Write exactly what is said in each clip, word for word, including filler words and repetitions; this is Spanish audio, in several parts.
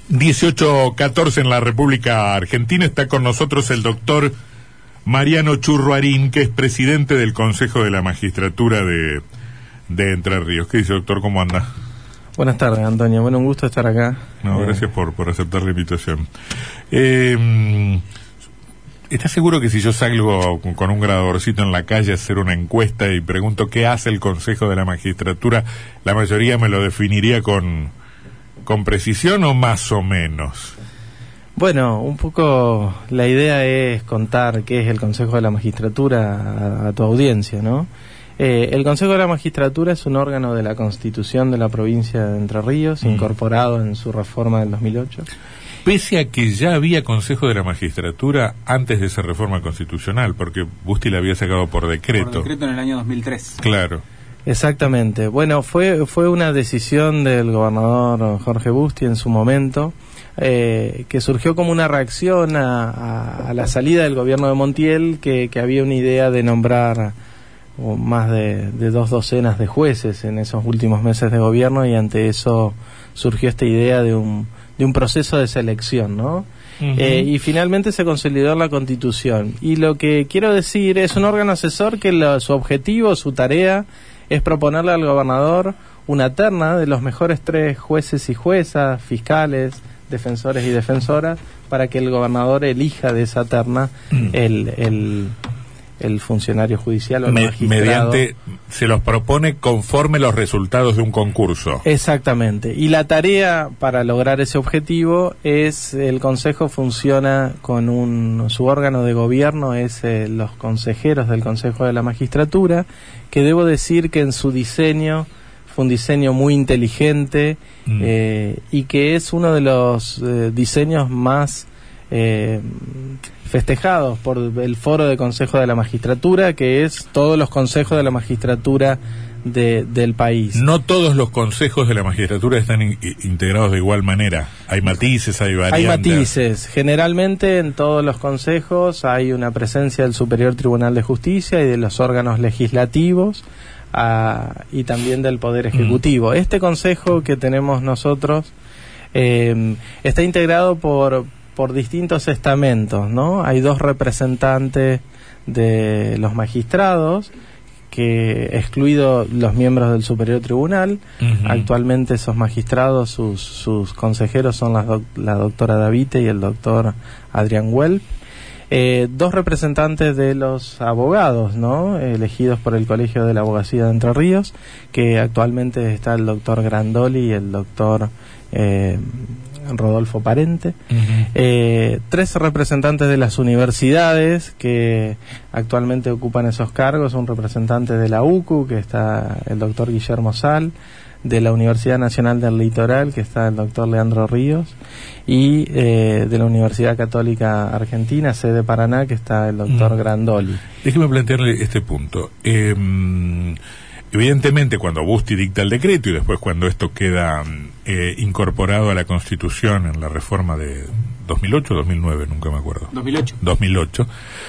dieciocho catorce en la República Argentina. Está con nosotros el doctor Mariano Churruarín, que es presidente del Consejo de la Magistratura de, de Entre Ríos. ¿Qué dice, doctor? ¿Cómo anda? Buenas tardes, Antonio. Bueno, un gusto estar acá. No, eh... gracias por, por aceptar la invitación. Eh, ¿Estás seguro que si yo salgo con, con un grabadorcito en la calle a hacer una encuesta y pregunto qué hace el Consejo de la Magistratura, la mayoría me lo definiría con, con precisión o más o menos? Bueno, un poco la idea es contar qué es el Consejo de la Magistratura a, a tu audiencia, ¿no? Eh, el Consejo de la Magistratura es un órgano de la Constitución de la provincia de Entre Ríos, mm. incorporado en su reforma del dos mil ocho. Pese a que ya había Consejo de la Magistratura antes de esa reforma constitucional, porque Busti la había sacado por decreto. Por decreto en el año dos mil tres. Claro. Exactamente. Bueno, fue fue una decisión del gobernador Jorge Busti en su momento, eh, que surgió como una reacción a, a, a la salida del gobierno de Montiel, que, que había una idea de nombrar más de, de dos docenas de jueces en esos últimos meses de gobierno, y ante eso surgió esta idea de un de un proceso de selección, ¿no? Uh-huh. Eh, y finalmente se consolidó la Constitución. Y lo que quiero decir es un órgano asesor que lo, su objetivo, su tarea, es proponerle al gobernador una terna de los mejores tres jueces y juezas, fiscales, defensores y defensoras, para que el gobernador elija de esa terna uh-huh. el, el, el funcionario judicial o el Me, magistrado. Mediante, se los propone conforme los resultados de un concurso. Exactamente. Y la tarea para lograr ese objetivo es, el Consejo funciona con un, su órgano de gobierno es eh, los consejeros del Consejo de la Magistratura, que debo decir que en su diseño fue un diseño muy inteligente mm. eh, y que es uno de los eh, diseños más eh, festejados por el Foro de Consejo de la Magistratura, que es todos los consejos de la magistratura de, del país. No todos los consejos de la magistratura están in, integrados de igual manera. Hay matices, hay variantes. Hay matices. Generalmente en todos los consejos hay una presencia del Superior Tribunal de Justicia y de los órganos legislativos a, y también del Poder Ejecutivo. Mm. Este consejo que tenemos nosotros eh, está integrado por por distintos estamentos, ¿no? Hay dos representantes de los magistrados, que excluidos los miembros del Superior Tribunal. Uh-huh. Actualmente esos magistrados, sus, sus consejeros son la, doc, la doctora Davite y el doctor Adrián Huelp. Eh, dos representantes de los abogados, ¿no? Elegidos por el Colegio de la Abogacía de Entre Ríos, que actualmente está el doctor Grandoli y el doctor eh, Rodolfo Parente. Uh-huh. eh, tres representantes de las universidades que actualmente ocupan esos cargos, un representante de la U C U, que está el doctor Guillermo Sal, de la Universidad Nacional del Litoral, que está el doctor Leandro Ríos, y eh, de la Universidad Católica Argentina, sede Paraná, que está el doctor uh-huh. Grandoli. Déjeme plantearle este punto. Eh, Evidentemente, cuando Busti dicta el decreto y después cuando esto queda eh, incorporado a la Constitución en la reforma de dos mil ocho o dos mil nueve, nunca me acuerdo. dos mil ocho. dos mil ocho.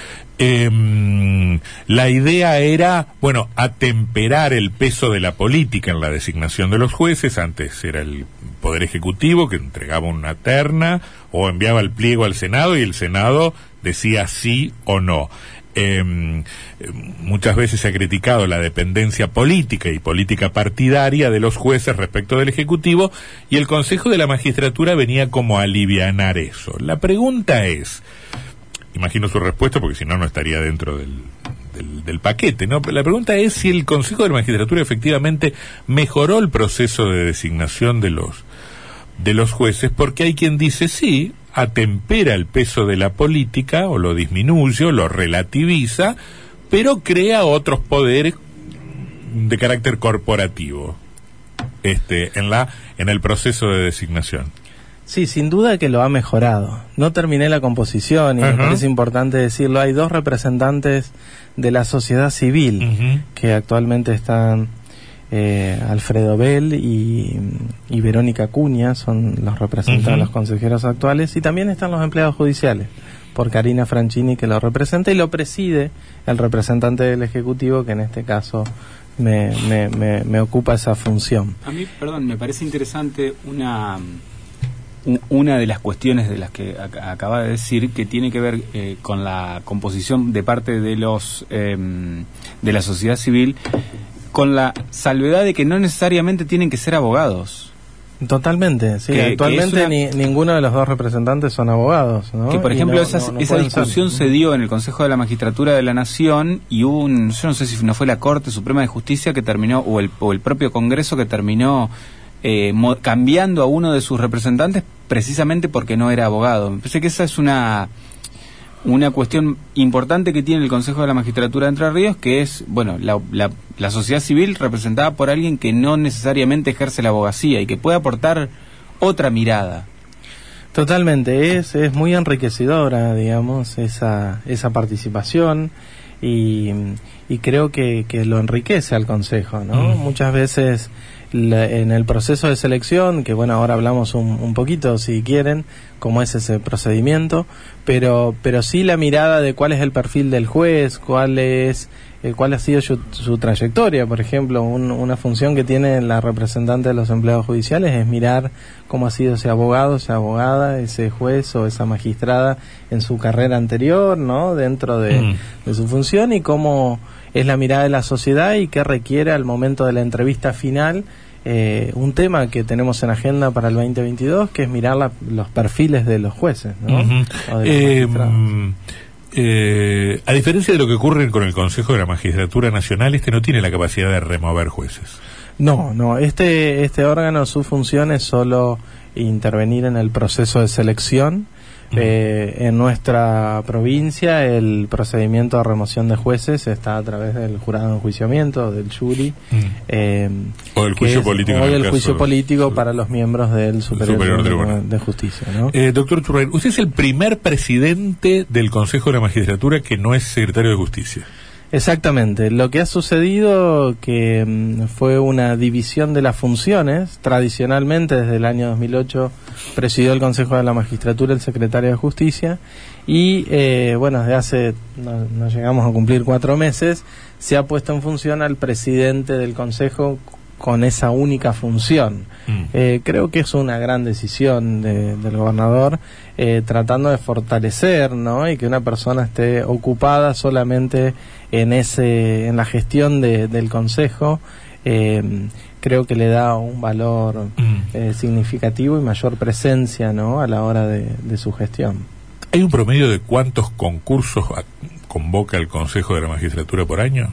Eh, la idea era, bueno, atemperar el peso de la política en la designación de los jueces. Antes era el Poder Ejecutivo que entregaba una terna o enviaba el pliego al Senado y el Senado decía sí o no. Eh, muchas veces se ha criticado la dependencia política y política partidaria de los jueces respecto del Ejecutivo, y el Consejo de la Magistratura venía como a alivianar eso. La pregunta es, imagino su respuesta porque si no no estaría dentro del, del, del paquete, ¿no? La pregunta es si el Consejo de la Magistratura efectivamente mejoró el proceso de designación de los de los jueces, porque hay quien dice sí, atempera el peso de la política, o lo disminuye, o lo relativiza, pero crea otros poderes de carácter corporativo este en la en el proceso de designación. Sí, sin duda que lo ha mejorado. No terminé la composición y uh-huh. me parece importante decirlo. Hay dos representantes de la sociedad civil uh-huh. que actualmente están, eh, Alfredo Bell y, y Verónica Cuña, son los representantes, uh-huh. los consejeros actuales, y también están los empleados judiciales, por Karina Franchini, que lo representa, y lo preside el representante del Ejecutivo, que en este caso me, me, me, me ocupa esa función. A mí, perdón, me parece interesante una una de las cuestiones de las que ac acaba de decir, que tiene que ver eh, con la composición de parte de los eh, de la sociedad civil, con la salvedad de que no necesariamente tienen que ser abogados. Totalmente, sí. Que, actualmente que una, ni, ninguno de los dos representantes son abogados, ¿no? Que, por ejemplo, no, esa, no, no esa discusión ser. se dio en el Consejo de la Magistratura de la Nación, y hubo un, yo no sé si no fue la Corte Suprema de Justicia que terminó, o el, o el propio Congreso que terminó eh, mo, cambiando a uno de sus representantes precisamente porque no era abogado. Me parece que esa es una... una cuestión importante que tiene el Consejo de la Magistratura de Entre Ríos, que es, bueno, la, la, la sociedad civil representada por alguien que no necesariamente ejerce la abogacía y que puede aportar otra mirada. Totalmente, es, es muy enriquecedora, digamos, esa, esa participación, y, y creo que, que lo enriquece al Consejo, ¿no? Mm. Muchas veces la, en el proceso de selección, que bueno, ahora hablamos un, un poquito, si quieren, cómo es ese procedimiento, pero pero sí la mirada de cuál es el perfil del juez, cuál es eh, cuál ha sido su, su trayectoria. Por ejemplo, un, una función que tiene la representante de los empleados judiciales es mirar cómo ha sido ese abogado, esa abogada, ese juez o esa magistrada en su carrera anterior, ¿no? Dentro de, mm. de su función, y cómo es la mirada de la sociedad y qué requiere al momento de la entrevista final. Eh, un tema que tenemos en agenda para el veinte veintidós, que es mirar la, los perfiles de los jueces, ¿no? Uh-huh. O de los eh, eh, a diferencia de lo que ocurre con el Consejo de la Magistratura Nacional, este no tiene la capacidad de remover jueces. No, no, este, este órgano, su función es solo intervenir en el proceso de selección. Eh, en nuestra provincia el procedimiento de remoción de jueces está a través del jurado de enjuiciamiento, del jury, mm. eh, o del juicio es, político, o en del el juicio caso, político sí. para los miembros del Superior, Superior Tribunal de Justicia, ¿no? Eh, doctor Turrain, usted es el primer presidente del Consejo de la Magistratura que no es secretario de Justicia. Exactamente. Lo que ha sucedido que mm, fue una división de las funciones. Tradicionalmente, desde el año dos mil ocho, presidió el Consejo de la Magistratura el secretario de Justicia, y eh, bueno, desde hace, no, no llegamos a cumplir cuatro meses, se ha puesto en función al presidente del Consejo con esa única función. Mm. Eh, creo que es una gran decisión de, del gobernador, eh, tratando de fortalecer, ¿no? Y que una persona esté ocupada solamente en ese, en la gestión de, del Consejo, eh, creo que le da un valor mm. eh, significativo y mayor presencia, ¿no? A la hora de, de su gestión. ¿Hay un promedio de cuántos concursos convoca el Consejo de la Magistratura por año?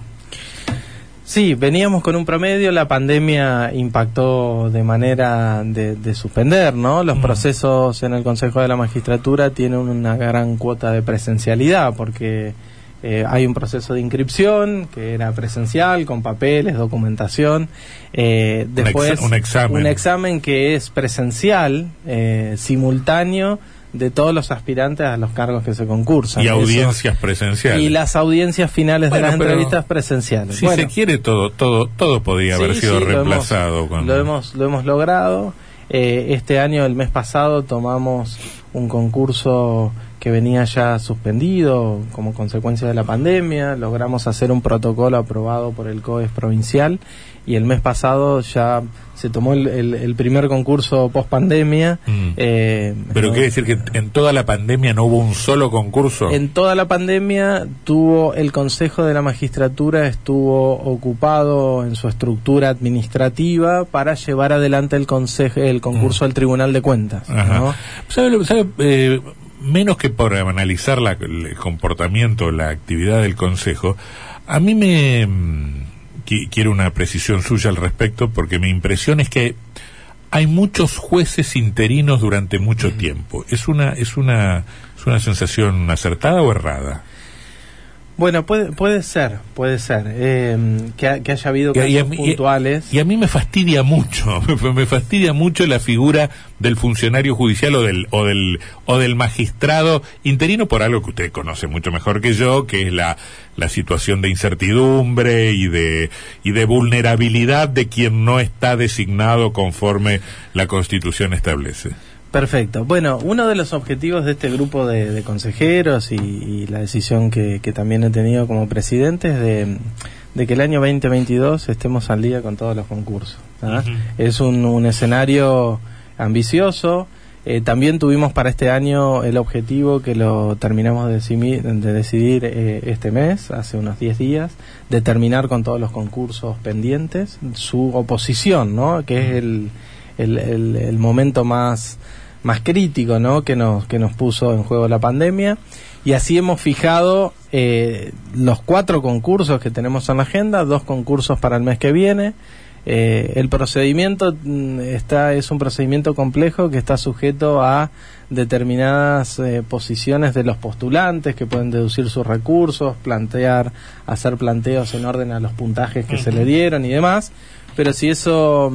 Sí, veníamos con un promedio, la pandemia impactó de manera de, de suspender, ¿no? Los mm. procesos en el Consejo de la Magistratura tienen una gran cuota de presencialidad, porque eh, hay un proceso de inscripción que era presencial, con papeles, documentación, eh, después un, ex un examen. un examen que es presencial, eh, simultáneo, de todos los aspirantes a los cargos que se concursan. Y audiencias Eso, presenciales. Y las audiencias finales bueno, de las entrevistas presenciales. Si bueno, se quiere, todo todo todo podría sí, haber sido sí, reemplazado. Lo hemos, cuando... lo hemos, lo hemos logrado. Eh, este año, el mes pasado, tomamos un concurso que venía ya suspendido como consecuencia de la pandemia. Logramos hacer un protocolo aprobado por el COES provincial, y el mes pasado ya se tomó el, el, el primer concurso post pandemia. Mm. Eh, ¿Pero no, quiere decir que en toda la pandemia no hubo un solo concurso? En toda la pandemia tuvo el Consejo de la Magistratura, estuvo ocupado en su estructura administrativa para llevar adelante el, consejo, el concurso mm. al Tribunal de Cuentas, ¿no? ¿Sabe, sabe eh, menos que por analizar la, el comportamiento, la actividad del Consejo, a mí me... quiero una precisión suya al respecto, porque mi impresión es que hay muchos jueces interinos durante mucho tiempo. ¿Es una es una es una sensación acertada o errada? Bueno, puede puede ser, puede ser eh, que, que haya habido casos y a mí, puntuales. Y, y a mí me fastidia mucho, me fastidia mucho la figura del funcionario judicial o del o del o del magistrado interino, por algo que usted conoce mucho mejor que yo, que es la la situación de incertidumbre y de y de vulnerabilidad de quien no está designado conforme la Constitución establece. Perfecto. Bueno, uno de los objetivos de este grupo de, de consejeros y, y la decisión que, que también he tenido como presidente es de, de que el año veinte veintidós estemos al día con todos los concursos, ¿ah? Uh-huh. Es un, un escenario ambicioso, Eh, también tuvimos para este año el objetivo, que lo terminamos de decidir, de decidir eh, este mes, hace unos diez días, de terminar con todos los concursos pendientes, su oposición, ¿no? Que es el, el, el, el momento más, más crítico, ¿no? Que nos, que nos puso en juego la pandemia. Y así hemos fijado eh, los cuatro concursos que tenemos en la agenda, dos concursos para el mes que viene. Eh, el procedimiento está es un procedimiento complejo que está sujeto a determinadas eh, posiciones de los postulantes que pueden deducir sus recursos, plantear, hacer planteos en orden a los puntajes que uh-huh. se le dieron y demás, pero si eso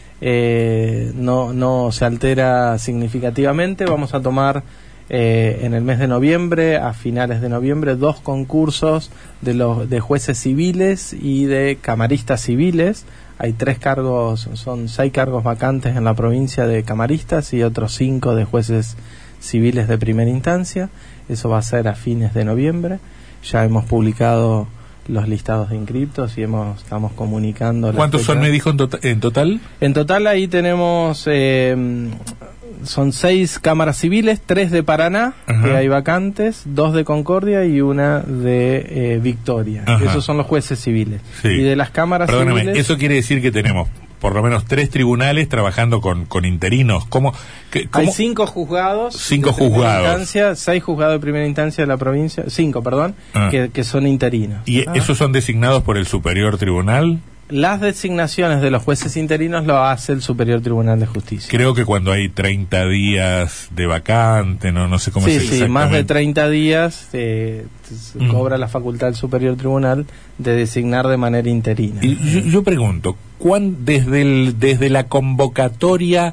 eh, no, no se altera significativamente, vamos a tomar eh, en el mes de noviembre, a finales de noviembre, dos concursos de los de jueces civiles y de camaristas civiles. Hay tres cargos, son seis cargos vacantes en la provincia de camaristas y otros cinco de jueces civiles de primera instancia. Eso va a ser a fines de noviembre. Ya hemos publicado los listados de inscriptos y hemos estamos comunicando. ¿Cuántos son, me dijo, en, to- en total? En total ahí tenemos, eh, son seis cámaras civiles, tres de Paraná, Ajá. que hay vacantes, dos de Concordia y una de eh, Victoria. Ajá. Esos son los jueces civiles. Sí. Y de las cámaras Perdóname, civiles... eso quiere decir que tenemos por lo menos tres tribunales trabajando con, con interinos. ¿Cómo, que, cómo? Hay cinco juzgados. Cinco de primera juzgados. Instancia, seis juzgados de primera instancia de la provincia, cinco, perdón, ah. que, que son interinos. ¿Y ah. esos son designados por el Superior Tribunal? Las designaciones de los jueces interinos lo hace el Superior Tribunal de Justicia. Creo que cuando hay treinta días de vacante, no no sé cómo sí, es sí, exactamente. más de treinta días eh, mm. cobra la facultad del Superior Tribunal de designar de manera interina. Y yo, yo pregunto, ¿cuán, desde, el, desde la convocatoria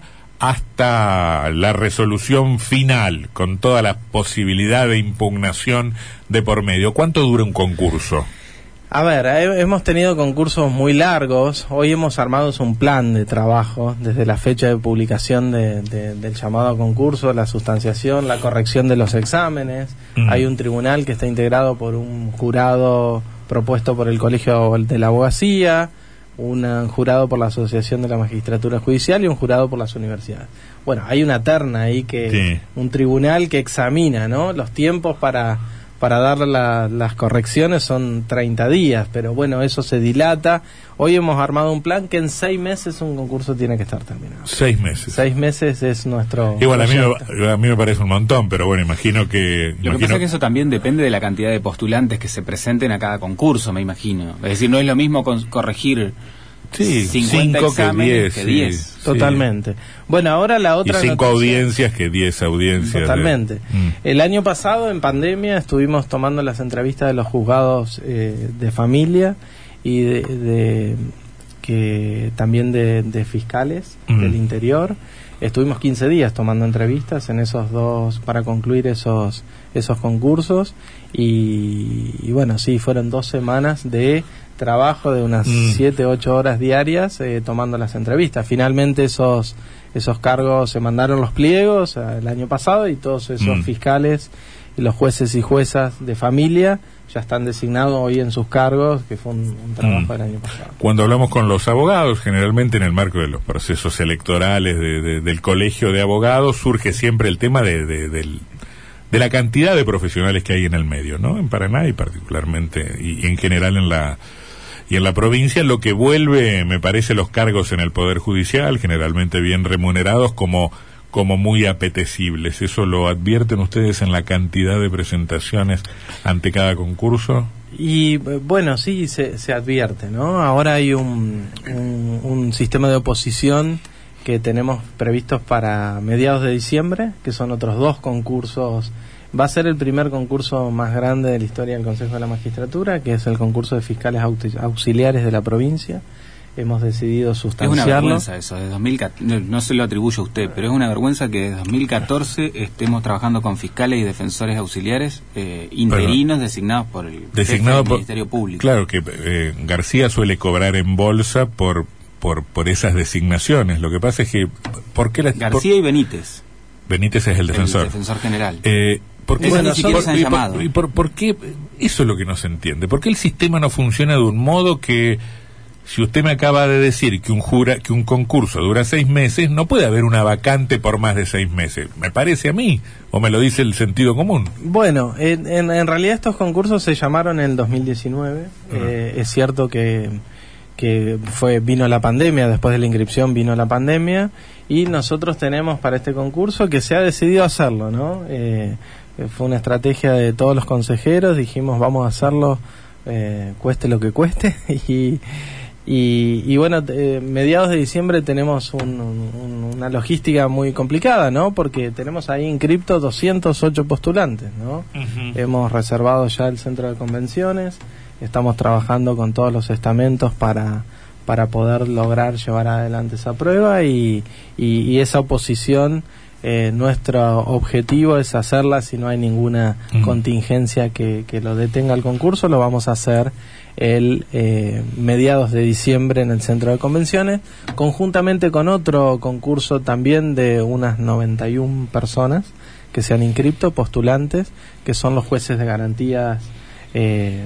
hasta la resolución final, con toda la posibilidad de impugnación de por medio, cuánto dura un concurso? A ver, he, hemos tenido concursos muy largos. Hoy hemos armado un plan de trabajo desde la fecha de publicación de, de, del llamado a concurso, la sustanciación, la corrección de los exámenes. Mm. Hay un tribunal que está integrado por un jurado propuesto por el Colegio de la Abogacía, un jurado por la Asociación de la Magistratura Judicial y un jurado por las universidades. Bueno, hay una terna ahí, que sí. un tribunal que examina, ¿no? Los tiempos para... para dar la, las correcciones son treinta días, pero bueno, eso se dilata. Hoy hemos armado un plan que en seis meses un concurso tiene que estar terminado. Seis meses. Seis meses es nuestro... Igual a mí, me, a mí me parece un montón, pero bueno, imagino que... Lo imagino... que pasa es que eso también depende de la cantidad de postulantes que se presenten a cada concurso, me imagino. Es decir, no es lo mismo con, corregir... Sí, cincuenta cinco exámenes que diez. Que diez. Sí, totalmente. Sí. Bueno, ahora la otra... Y cinco noticia, audiencias que diez audiencias. Totalmente. De... Mm. El año pasado, en pandemia, estuvimos tomando las entrevistas de los juzgados eh, de familia y de, de que también de, de fiscales mm. del interior. Estuvimos quince días tomando entrevistas en esos dos, para concluir esos esos concursos y, y bueno, sí, fueron dos semanas de trabajo de unas siete, ocho horas diarias eh, tomando las entrevistas. Finalmente esos esos cargos se mandaron los pliegos eh, el año pasado y todos esos mm. fiscales, los jueces y juezas de familia ya están designados hoy en sus cargos, que fue un, un trabajo mm. del año pasado. Cuando hablamos con los abogados, generalmente en el marco de los procesos electorales de, de, del colegio de abogados, surge siempre el tema de, de, del, de la cantidad de profesionales que hay en el medio, ¿no? En Paraná y particularmente, y, y en general en la y en la provincia, lo que vuelve, me parece, los cargos en el Poder Judicial, generalmente bien remunerados, como como muy apetecibles. ¿Eso lo advierten ustedes en la cantidad de presentaciones ante cada concurso? Y bueno, sí, se, se advierte, ¿no? Ahora hay un, un, un sistema de oposición que tenemos previstos para mediados de diciembre, que son otros dos concursos. Va a ser el primer concurso más grande de la historia del Consejo de la Magistratura, que es el concurso de fiscales auxiliares de la provincia. Hemos decidido sustanciarlo. Es una vergüenza eso, de dos mil catorce, no, no se lo atribuye a usted, pero es una vergüenza que desde dos mil catorce estemos trabajando con fiscales y defensores auxiliares eh, interinos, Perdón. designados por el Designado jefe del por, Ministerio Público. Claro que eh, García suele cobrar en bolsa por por por esas designaciones. Lo que pasa es que ¿por qué la, García por, y Benítez. Benítez es el defensor. El defensor general. Eh, ¿Por qué, bueno, ni siquiera se han y llamado? Por, y por, por qué? Eso es lo que no se entiende. ¿Por qué el sistema no funciona de un modo que si usted me acaba de decir que un jura, que un concurso dura seis meses, no puede haber una vacante por más de seis meses. ¿Me parece a mí? ¿O me lo dice el sentido común? Bueno, en, en, en realidad estos concursos se llamaron en el dos mil diecinueve. Uh-huh. Eh, es cierto que, que fue vino la pandemia, después de la inscripción vino la pandemia, y nosotros tenemos para este concurso que se ha decidido hacerlo, ¿no? Eh, fue una estrategia de todos los consejeros, dijimos vamos a hacerlo eh, cueste lo que cueste, y... Y, y bueno, eh, mediados de diciembre tenemos un, un, una logística muy complicada, ¿no? Porque tenemos ahí inscriptos doscientos ocho postulantes, ¿no? Uh-huh. Hemos reservado ya el centro de convenciones, estamos trabajando con todos los estamentos para, para poder lograr llevar adelante esa prueba y, y, y esa oposición, eh, nuestro objetivo es hacerla si no hay ninguna uh-huh. contingencia que, que lo detenga el concurso, lo vamos a hacer el eh, mediados de diciembre en el centro de convenciones, conjuntamente con otro concurso también de unas noventa y una personas que se han inscrito, postulantes, que son los jueces de garantías eh,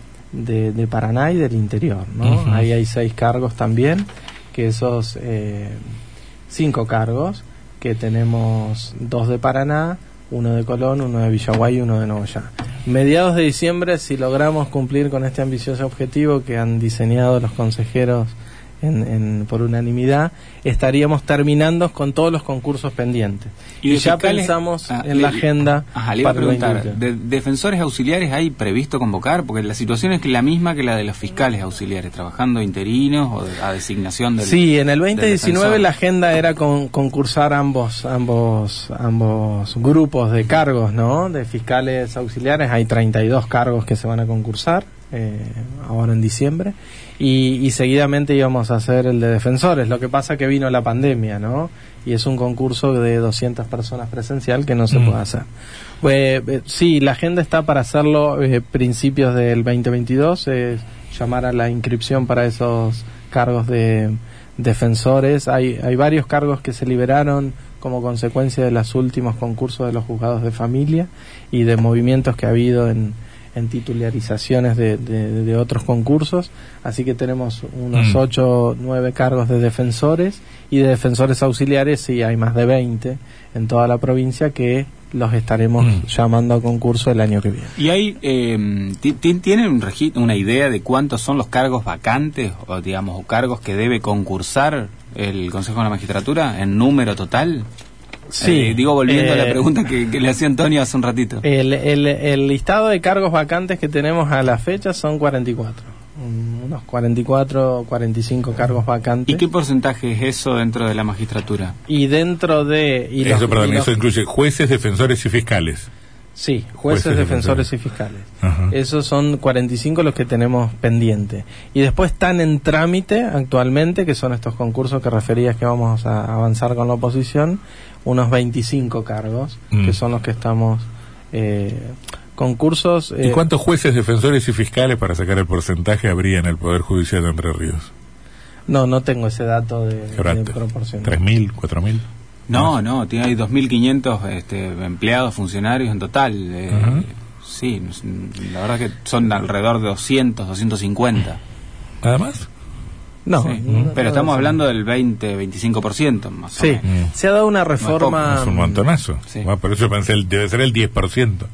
de, de Paraná y del interior, ¿no? Uh-huh. Ahí hay seis cargos también, que esos eh, cinco cargos, que tenemos dos de Paraná, uno de Colón, uno de Villaguay y uno de Nogoyá. Mediados de diciembre, si logramos cumplir con este ambicioso objetivo que han diseñado los consejeros en, en, por unanimidad, estaríamos terminando con todos los concursos pendientes. Y, y ya fiscales, pensamos ah, en le, la agenda. Ajá, le iba para a preguntar, ¿de defensores auxiliares hay previsto convocar? Porque la situación es la misma que la de los fiscales auxiliares, trabajando interinos o de, a designación del Sí, en el veinte diecinueve la agenda era con, concursar ambos, ambos, ambos grupos de cargos, ¿no? De fiscales auxiliares, hay treinta y dos cargos que se van a concursar. Eh, ahora en diciembre y, y seguidamente íbamos a hacer el de defensores. Lo que pasa que vino la pandemia, ¿no? Y es un concurso de doscientas personas presencial que no se mm. puede hacer. Pues, eh, sí, la agenda está para hacerlo eh, principios del veinte veintidós, eh, llamar a la inscripción para esos cargos de defensores. Hay, hay varios cargos que se liberaron como consecuencia de los últimos concursos de los juzgados de familia y de movimientos que ha habido en en titularizaciones de, de, de otros concursos, así que tenemos unos ocho, mm. nueve cargos de defensores, y de defensores auxiliares sí hay más de veinte en toda la provincia que los estaremos mm. llamando a concurso el año que viene. ¿Y hay, eh, tienen un regi- una idea de cuántos son los cargos vacantes, o digamos, o cargos que debe concursar el Consejo de la Magistratura en número total? Sí, eh, digo, volviendo eh, a la pregunta que, que le hacía Antonio hace un ratito. El, el, el listado de cargos vacantes que tenemos a la fecha son cuarenta y cuatro. Unos cuarenta y cuatro, cuarenta y cinco cargos vacantes. ¿Y qué porcentaje es eso dentro de la magistratura? Y dentro de... Y eso, los, perdón, y los, eso incluye jueces, defensores y fiscales. Sí, jueces, jueces defensores y fiscales. Ajá. Esos son cuarenta y cinco los que tenemos pendientes. Y después están en trámite actualmente, que son estos concursos que referías que vamos a avanzar con la oposición, unos veinticinco cargos, mm. que son los que estamos... Eh, concursos... Eh, ¿Y cuántos jueces, defensores y fiscales, para sacar el porcentaje, habría en el Poder Judicial de Entre Ríos? No, no tengo ese dato de, de proporción. ¿tres mil, cuatro mil? No, no, tiene, hay dos mil quinientos este, empleados, funcionarios en total. Eh, uh-huh. Sí, la verdad que son alrededor de doscientos, doscientos cincuenta. ¿Nada más? No, sí, no, pero no estamos hablando del veinte, veinticinco por ciento más sí, o menos. Se ha dado una reforma... No es un montonazo. Sí. Bueno, por eso pensé, debe ser el diez por ciento.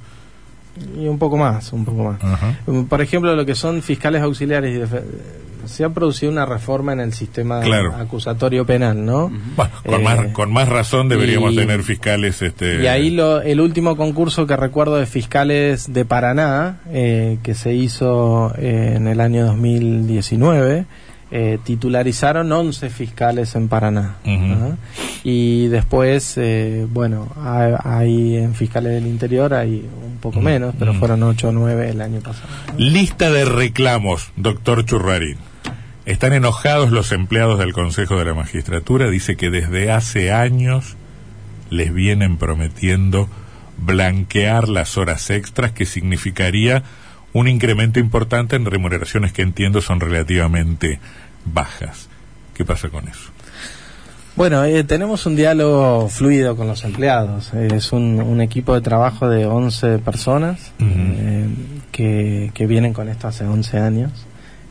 Y un poco más, un poco más. Uh-huh. Por ejemplo, lo que son fiscales auxiliares y def- se ha producido una reforma en el sistema claro. acusatorio penal, ¿no? Bueno, con, eh, más, con más razón deberíamos y, tener fiscales... Este... Y ahí lo, el último concurso que recuerdo de fiscales de Paraná, eh, que se hizo eh, en el año dos mil diecinueve, eh, titularizaron once fiscales en Paraná. Uh-huh. ¿no? Y después, eh, bueno, hay, hay en fiscales del interior hay un poco uh-huh. menos, pero uh-huh. fueron ocho o nueve el año pasado. ¿no? Lista de reclamos, doctor Churrarín. Están enojados los empleados del Consejo de la Magistratura, dice que desde hace años les vienen prometiendo blanquear las horas extras, que significaría un incremento importante en remuneraciones que entiendo son relativamente bajas. ¿Qué pasa con eso? Bueno, eh, tenemos un diálogo fluido con los empleados. Eh, es un, un equipo de trabajo de once personas uh-huh. eh, que, que vienen con esto hace once años.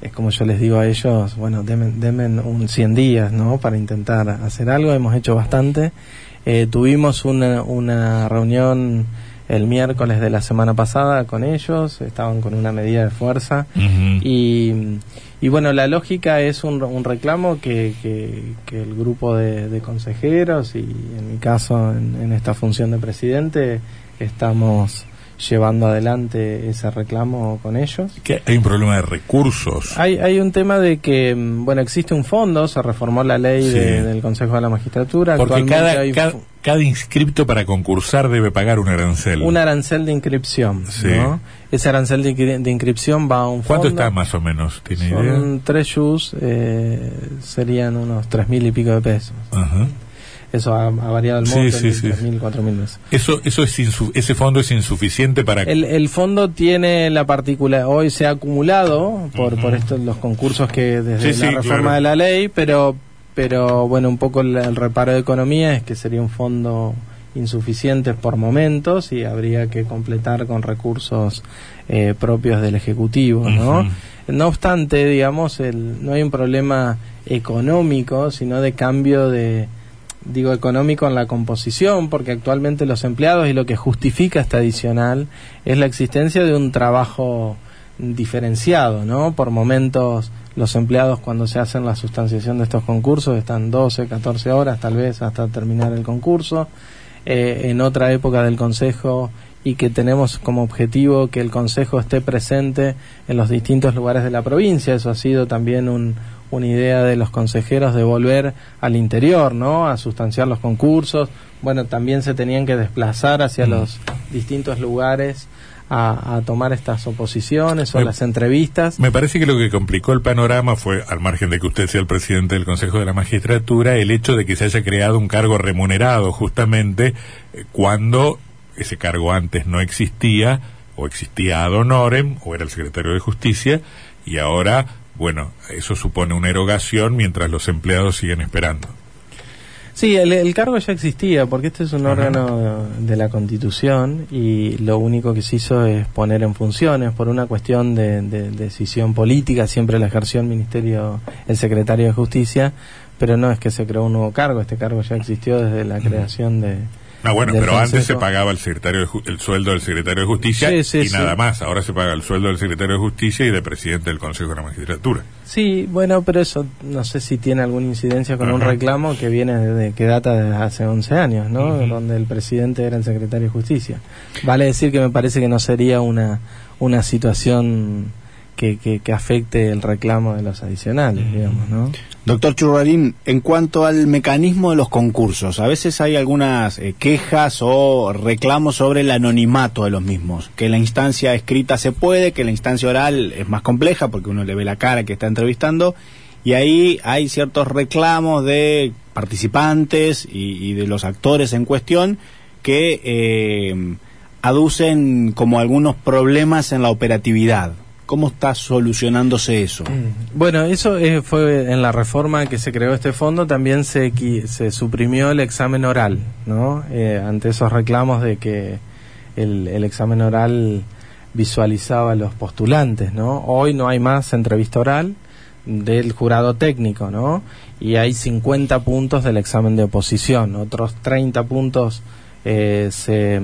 es como yo les digo a ellos, bueno, denme, denme un cien días, ¿no? Para intentar hacer algo. Hemos hecho bastante. Eh, tuvimos una, una reunión el miércoles de la semana pasada con ellos, estaban con una medida de fuerza. Uh-huh. y, y bueno, la lógica es un, un reclamo que, que, que el grupo de, de consejeros y en mi caso en, en esta función de presidente estamos llevando adelante ese reclamo con ellos. ¿Que hay un problema de recursos? Hay hay un tema de que, bueno, existe un fondo, se reformó la ley sí. de, del Consejo de la Magistratura. Porque cada, hay cada, cada inscripto para concursar debe pagar un arancel. Un arancel de inscripción, sí. ¿no? Ese arancel de, de inscripción va a un fondo. ¿Cuánto está más o menos? ¿Tiene Son idea? tres yus, eh, serían unos tres mil y pico de pesos. Ajá. Eso ha, ha variado el monto, sí, sí, en sí. mil, cuatro mil pesos. Eso, eso es insu- ese fondo es insuficiente para... El, el fondo tiene la particularidad, hoy se ha acumulado por, uh-huh. por estos los concursos que desde sí, la sí, reforma claro. de la ley, pero, pero bueno, un poco el, el reparo de economía es que sería un fondo insuficiente por momentos y habría que completar con recursos eh, propios del Ejecutivo, ¿no? Uh-huh. No obstante, digamos, el, no hay un problema económico, sino de cambio de... digo económico en la composición, porque actualmente los empleados y lo que justifica esta adicional es la existencia de un trabajo diferenciado, ¿no? Por momentos los empleados cuando se hacen la sustanciación de estos concursos están doce, catorce horas tal vez hasta terminar el concurso. Eh, en otra época del Consejo y que tenemos como objetivo que el Consejo esté presente en los distintos lugares de la provincia, eso ha sido también un una idea de los consejeros de volver al interior, ¿no? A sustanciar los concursos. Bueno, también se tenían que desplazar hacia mm. los distintos lugares a, a tomar estas oposiciones o me, las entrevistas. Me parece que lo que complicó el panorama fue, al margen de que usted sea el presidente del Consejo de la Magistratura, el hecho de que se haya creado un cargo remunerado justamente eh, cuando ese cargo antes no existía, o existía ad honorem, o era el secretario de Justicia, y ahora... bueno, eso supone una erogación mientras los empleados siguen esperando. Sí, el, el cargo ya existía, porque este es un Ajá. órgano de la Constitución y lo único que se hizo es poner en funciones por una cuestión de, de, de decisión política, siempre la ejerció el Ministerio, el Secretario de Justicia, pero no es que se creó un nuevo cargo, este cargo ya existió desde la creación de... No, bueno, pero Consejo. Antes se pagaba el secretario de ju- el sueldo del secretario de Justicia sí, sí, y sí. nada más. Ahora se paga el sueldo del secretario de Justicia y del presidente del Consejo de la Magistratura. Sí, bueno, pero eso no sé si tiene alguna incidencia con Ajá. un reclamo que viene de, que data desde hace once años, ¿no? Uh-huh. Donde el presidente era el secretario de Justicia. Vale decir que me parece que no sería una una situación que, que, que afecte el reclamo de los adicionales, uh-huh. digamos, ¿no? Doctor Churrarín, en cuanto al mecanismo de los concursos, a veces hay algunas eh, quejas o reclamos sobre el anonimato de los mismos, que la instancia escrita se puede, que la instancia oral es más compleja porque uno le ve la cara que está entrevistando, y ahí hay ciertos reclamos de participantes y, y de los actores en cuestión que eh, aducen como algunos problemas en la operatividad. ¿Cómo está solucionándose eso? Bueno, eso eh, fue en la reforma que se creó este fondo, también se, se suprimió el examen oral, ¿no? Eh, ante esos reclamos de que el, el examen oral visualizaba a los postulantes, ¿no? Hoy no hay más entrevista oral del jurado técnico, ¿no? Y hay cincuenta puntos del examen de oposición, otros treinta puntos eh, se...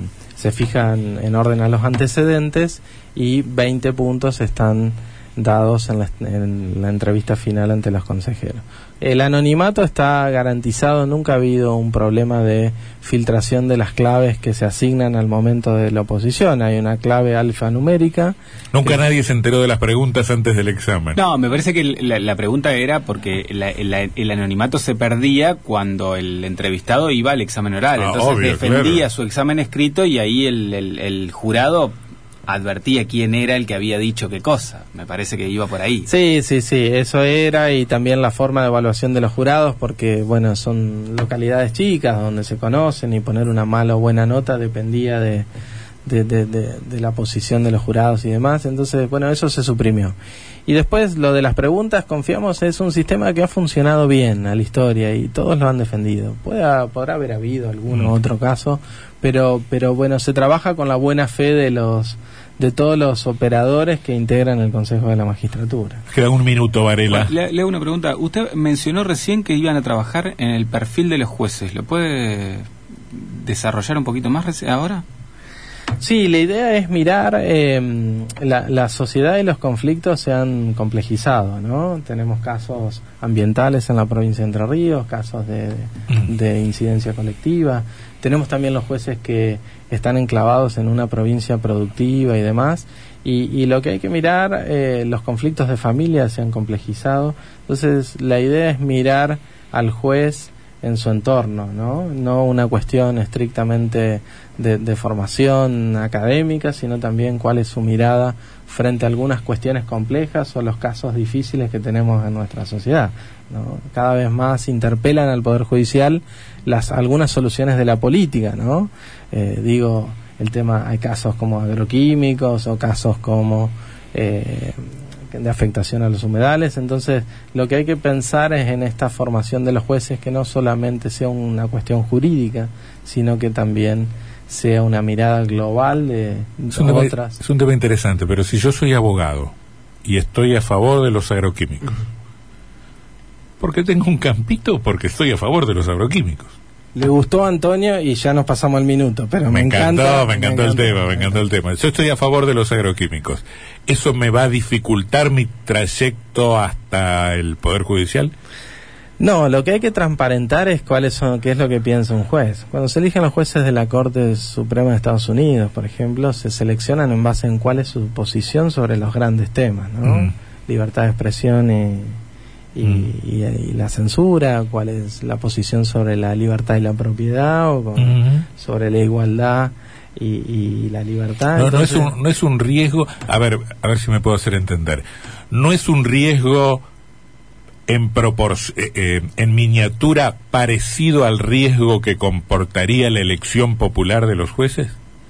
se fijan en orden a los antecedentes y veinte puntos están dados en la, en la entrevista final ante los consejeros. El anonimato está garantizado, nunca ha habido un problema de filtración de las claves que se asignan al momento de la oposición. Hay una clave alfanumérica. Nunca que... nadie se enteró de las preguntas antes del examen. No, me parece que la, la pregunta era porque la, la, el anonimato se perdía cuando el entrevistado iba al examen oral. Ah, Entonces obvio, defendía claro. su examen escrito y ahí el, el, el jurado advertía quién era el que había dicho qué cosa. Me parece que iba por ahí. Sí, sí, sí, eso era, y también la forma de evaluación de los jurados, porque, bueno, son localidades chicas donde se conocen y poner una mala o buena nota dependía de, de, de, de, de la posición de los jurados y demás. Entonces, bueno, eso se suprimió. Y después, lo de las preguntas, confiamos, es un sistema que ha funcionado bien a la historia y todos lo han defendido. Pueda, podrá haber habido alguno mm. otro caso, pero, pero bueno, se trabaja con la buena fe de los de todos los operadores que integran el Consejo de la Magistratura. Queda un minuto, Varela. Bueno, le, le hago una pregunta. Usted mencionó recién que iban a trabajar en el perfil de los jueces. ¿Lo puede desarrollar un poquito más ahora? Sí, la idea es mirar, eh, la, la sociedad y los conflictos se han complejizado, ¿no? Tenemos casos ambientales en la provincia de Entre Ríos, casos de, de, de incidencia colectiva, tenemos también los jueces que están enclavados en una provincia productiva y demás, y, y lo que hay que mirar, eh, los conflictos de familia se han complejizado, entonces la idea es mirar al juez en su entorno, ¿no? No una cuestión estrictamente de, de formación académica, sino también cuál es su mirada frente a algunas cuestiones complejas o los casos difíciles que tenemos en nuestra sociedad, ¿no? Cada vez más interpelan al Poder Judicial las algunas soluciones de la política, ¿no? Eh, digo, el tema, hay casos como agroquímicos o casos como eh, de afectación a los humedales, entonces lo que hay que pensar es en esta formación de los jueces que no solamente sea una cuestión jurídica, sino que también sea una mirada global de es un otras. Tema, es un tema interesante, pero si yo soy abogado y estoy a favor de los agroquímicos, uh-huh. ¿por qué tengo un campito? Porque estoy a favor de los agroquímicos. Le gustó a Antonio y ya nos pasamos el minuto, pero me, me encantó, encanta, me encantó el tema, me encantó el tema. Yo estoy a favor de los agroquímicos. ¿Eso me va a dificultar mi trayecto hasta el Poder Judicial? No, lo que hay que transparentar es cuáles son, qué es lo que piensa un juez. Cuando se eligen los jueces de la Corte Suprema de Estados Unidos, por ejemplo, se seleccionan en base en cuál es su posición sobre los grandes temas, ¿no? Mm. Libertad de expresión y Y, mm. y, y la censura, cuál es la posición sobre la libertad y la propiedad, o con, mm-hmm. sobre la igualdad y, y la libertad. No, Entonces, no es un, no es un riesgo, a ver, a ver si me puedo hacer entender. No es un riesgo en propor, eh, eh, en miniatura parecido al riesgo que comportaría la elección popular de los jueces.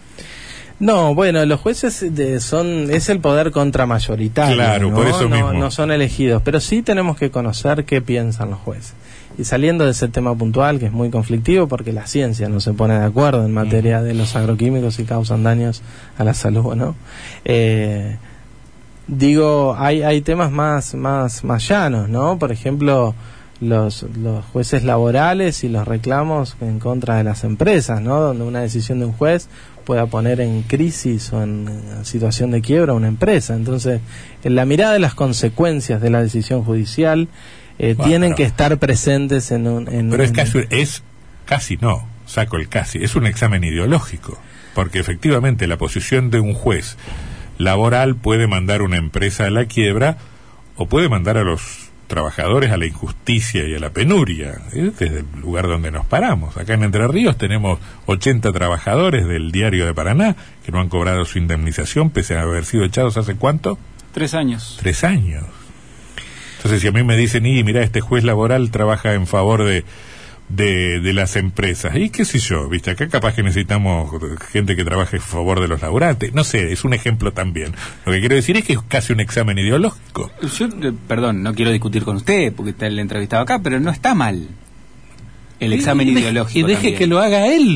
No, bueno, los jueces de, son es el poder contramayoritario, claro, ¿no? por eso no, mismo. No son elegidos, pero sí tenemos que conocer qué piensan los jueces. Y saliendo de ese tema puntual, que es muy conflictivo, porque la ciencia no se pone de acuerdo en materia de los agroquímicos y causan daños a la salud, ¿no? Eh, digo, hay hay temas más más más llanos, ¿no? Por ejemplo, los los jueces laborales y los reclamos en contra de las empresas, ¿no? Donde una decisión de un juez pueda poner en crisis o en, en situación de quiebra una empresa. Entonces, en la mirada de las consecuencias de la decisión judicial eh, bueno, tienen pero, que estar presentes en un... En, pero es en, casi, es casi no, saco el casi, es un examen ideológico, porque efectivamente la posición de un juez laboral puede mandar una empresa a la quiebra o puede mandar a los trabajadores a la injusticia y a la penuria, ¿eh? Desde el lugar donde nos paramos. Acá en Entre Ríos tenemos ochenta trabajadores del Diario de Paraná que no han cobrado su indemnización pese a haber sido echados hace ¿cuánto? Tres años. Tres años. Entonces si a mí me dicen, y mira, este juez laboral trabaja en favor de de, de las empresas, y qué sé yo, viste, acá capaz que necesitamos gente que trabaje en favor de los laburantes, no sé, es un ejemplo también. Lo que quiero decir es que es casi un examen ideológico. Yo, eh, perdón, no quiero discutir con usted porque está el entrevistado acá, pero no está mal el examen y ideológico. Y deje también. que lo haga él.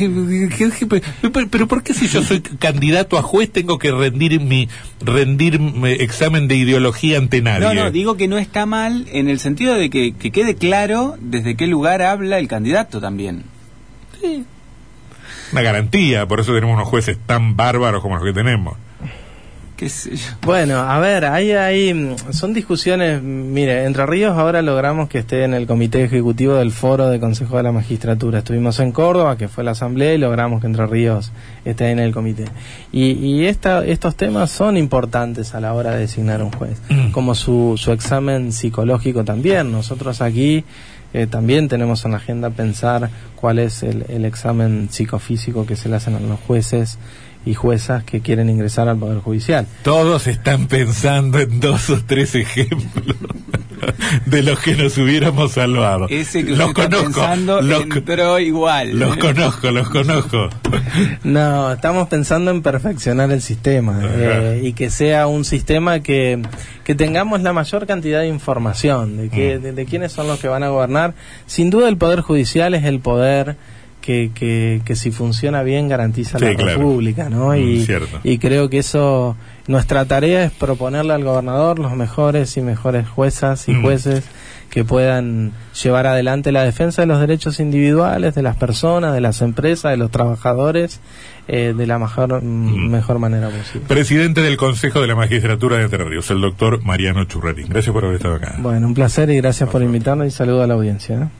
Pero, pero ¿por qué si yo soy candidato a juez tengo que rendir mi rendir mi examen de ideología ante nadie? No, no, digo que no está mal en el sentido de que, que quede claro desde qué lugar habla el candidato también. Sí. Una garantía, por eso tenemos unos jueces tan bárbaros como los que tenemos. ¿Qué sé yo? Bueno, a ver, hay, hay, son discusiones, mire, Entre Ríos ahora logramos que esté en el comité ejecutivo del foro del Consejo de la Magistratura. Estuvimos en Córdoba, que fue la asamblea, y logramos que Entre Ríos esté en el comité. Y, y esta, estos temas son importantes a la hora de designar un juez, como su, su examen psicológico también. Nosotros aquí eh, también tenemos en la agenda pensar cuál es el, el examen psicofísico que se le hacen a los jueces y juezas que quieren ingresar al Poder Judicial. Todos están pensando en dos o tres ejemplos de los que nos hubiéramos salvado. Ese que los usted está conozco, pensando los, entró igual. Los conozco, los conozco. No, estamos pensando en perfeccionar el sistema eh, y que sea un sistema que, que tengamos la mayor cantidad de información de, que, de, de quiénes son los que van a gobernar. Sin duda el Poder Judicial es el poder que, que, que si funciona bien garantiza sí, la claro. República, ¿no? Y, Cierto. y creo que eso, nuestra tarea es proponerle al gobernador los mejores y mejores juezas y Mm. jueces que puedan llevar adelante la defensa de los derechos individuales, de las personas, de las empresas, de los trabajadores, eh, de la mejor, Mm. mejor manera posible. Presidente del Consejo de la Magistratura de Entre Ríos, el doctor Mariano Churrarín. Gracias por haber estado acá. Bueno, un placer y gracias por invitarnos y saludo a la audiencia, ¿eh?